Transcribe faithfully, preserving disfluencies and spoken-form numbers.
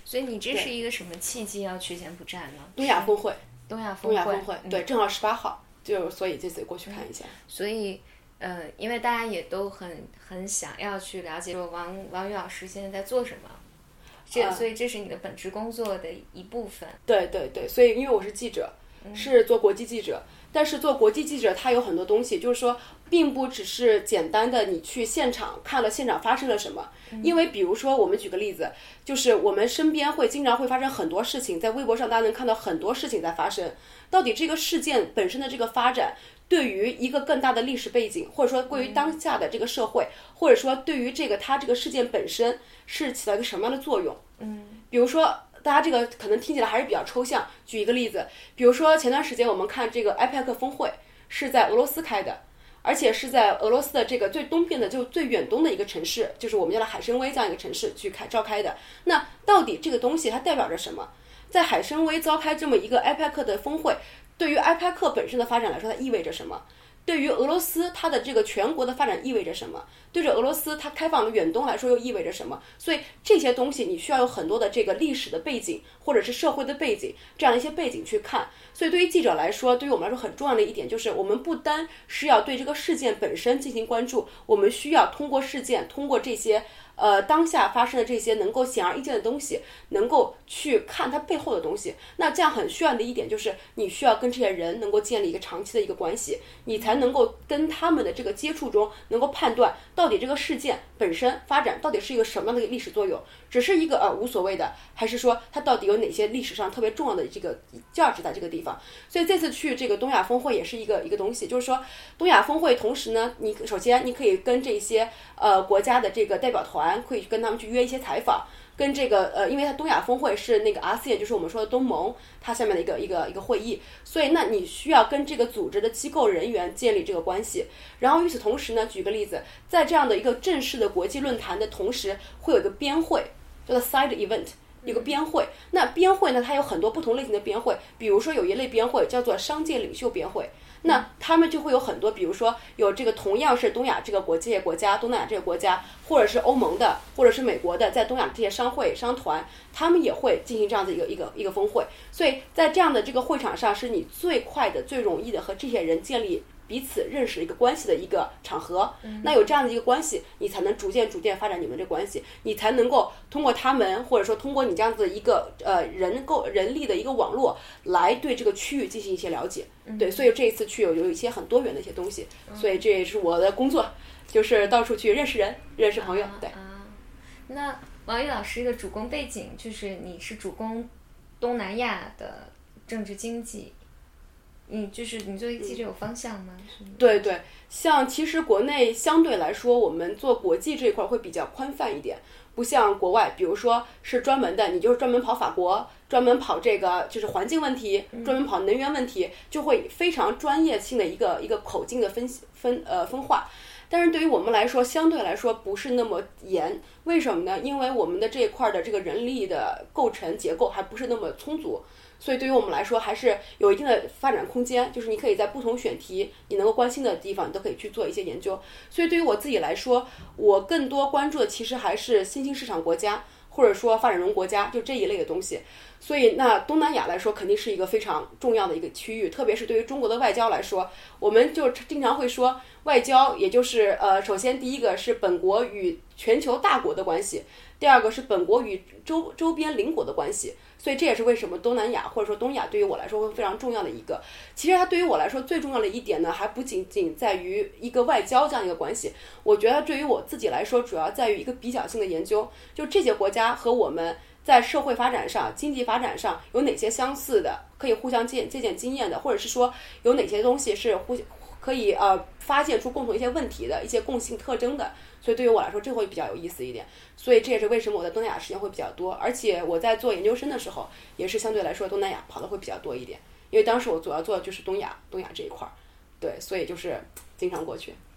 所以你这是一个什么契机要去柬埔寨呢？ 东亚峰会。 东亚峰会。东亚峰会， 嗯、 对，正好十八号，就所以这次过去看一下。 嗯、所以。呃，因为大家也都很很想要去了解说王王宇老师现在在做什么，这、呃、所以这是你的本职工作的一部分。 对对对，所以因为我是记者，嗯、是做国际记者，但是做国际记者它有很多东西，就是说并不只是简单的你去现场看了现场发生了什么，嗯、因为比如说我们举个例子，就是我们身边会经常会发生很多事情，在微博上大家能看到很多事情在发生，到底这个事件本身的这个发展对于一个更大的历史背景，或者说对于当下的这个社会，嗯、或者说对于这个它这个事件本身是起到一个什么样的作用？嗯，比如说大家这个可能听起来还是比较抽象。举一个例子，比如说前段时间我们看这个 A P E C 峰会是在俄罗斯开的，而且是在俄罗斯的这个最东边的就最远东的一个城市，就是我们叫的海参崴这样一个城市去开召开的。那到底这个东西它代表着什么？在海参崴召开这么一个 A P E C 的峰会，对于 A P E C 本身的发展来说，它意味着什么？对于俄罗斯它的这个全国的发展意味着什么？对着俄罗斯它开放的远东来说又意味着什么？所以这些东西你需要有很多的这个历史的背景或者是社会的背景这样的一些背景去看。所以对于记者来说，对于我们来说很重要的一点就是我们不单是要对这个事件本身进行关注，我们需要通过事件，通过这些呃当下发生的这些能够显而易见的东西，能够去看它背后的东西。那这样很需要的一点就是你需要跟这些人能够建立一个长期的一个关系，你才能够跟他们的这个接触中能够判断到底这个事件本身发展到底是一个什么样的历史作用，只是一个呃无所谓的，还是说它到底有哪些历史上特别重要的这个价值在这个地方。所以这次去这个东亚峰会也是一个一个东西，就是说东亚峰会同时呢，你首先你可以跟这些呃国家的这个代表团可以跟他们去约一些采访，跟这个呃，因为它东亚峰会是那个 A S E A N， 就是我们说的东盟，它下面的一个一个一个会议，所以那你需要跟这个组织的机构人员建立这个关系。然后与此同时呢，举个例子，在这样的一个正式的国际论坛的同时，会有一个边会，叫做 side event。一个边会，那边会呢，它有很多不同类型的边会，比如说有一类边会叫做商界领袖边会，那他们就会有很多，比如说有这个同样是东亚这个国际国家，东南亚这个国家，或者是欧盟的，或者是美国的，在东亚这些商会商团，他们也会进行这样的一个一个一个峰会。所以在这样的这个会场上，是你最快的、最容易的和这些人建立彼此认识一个关系的一个场合。那有这样的一个关系，你才能逐渐逐渐发展你们这关系，你才能够通过他们，或者说通过你这样子的一个呃人够人力的一个网络，来对这个区域进行一些了解。对，所以这一次去有有一些很多元的一些东西，所以这也是我的工作，就是到处去认识人、认识朋友。对。 啊，那王宇老师的主攻背景就是你是主攻东南亚的政治经济。嗯，就是你作为记者有方向吗？ 嗯、对对，像其实国内相对来说，我们做国际这一块会比较宽泛一点，不像国外，比如说是专门的，你就是专门跑法国，专门跑这个就是环境问题，专门跑能源问题，就会非常专业性的一个一个口径的分分呃分化。但是对于我们来说，相对来说不是那么严，为什么呢？因为我们的这一块的这个人力的构成结构还不是那么充足。所以对于我们来说还是有一定的发展空间，就是你可以在不同选题你能够关心的地方你都可以去做一些研究。所以对于我自己来说，我更多关注的其实还是新兴市场国家，或者说发展中国家，就这一类的东西。所以那东南亚来说肯定是一个非常重要的一个区域，特别是对于中国的外交来说，我们就经常会说外交也就是呃，首先第一个是本国与全球大国的关系，第二个是本国与周周边邻国的关系。所以这也是为什么东南亚或者说东亚对于我来说会非常重要的一个。其实它对于我来说最重要的一点呢，还不仅仅在于一个外交这样一个关系，我觉得对于我自己来说主要在于一个比较性的研究，就这些国家和我们在社会发展上、经济发展上有哪些相似的，可以互相借借鉴经验的，或者是说有哪些东西是互可以呃发现出共同一些问题的一些共性特征的。所以对于我来说这会比较有意思一点，所以这也是为什么我在东南亚时间会比较多，而且我在做研究生的时候也是相对来说东南亚跑的会比较多一点，因为当时我主要做的就是东亚东亚这一块，对，所以就是经常过去。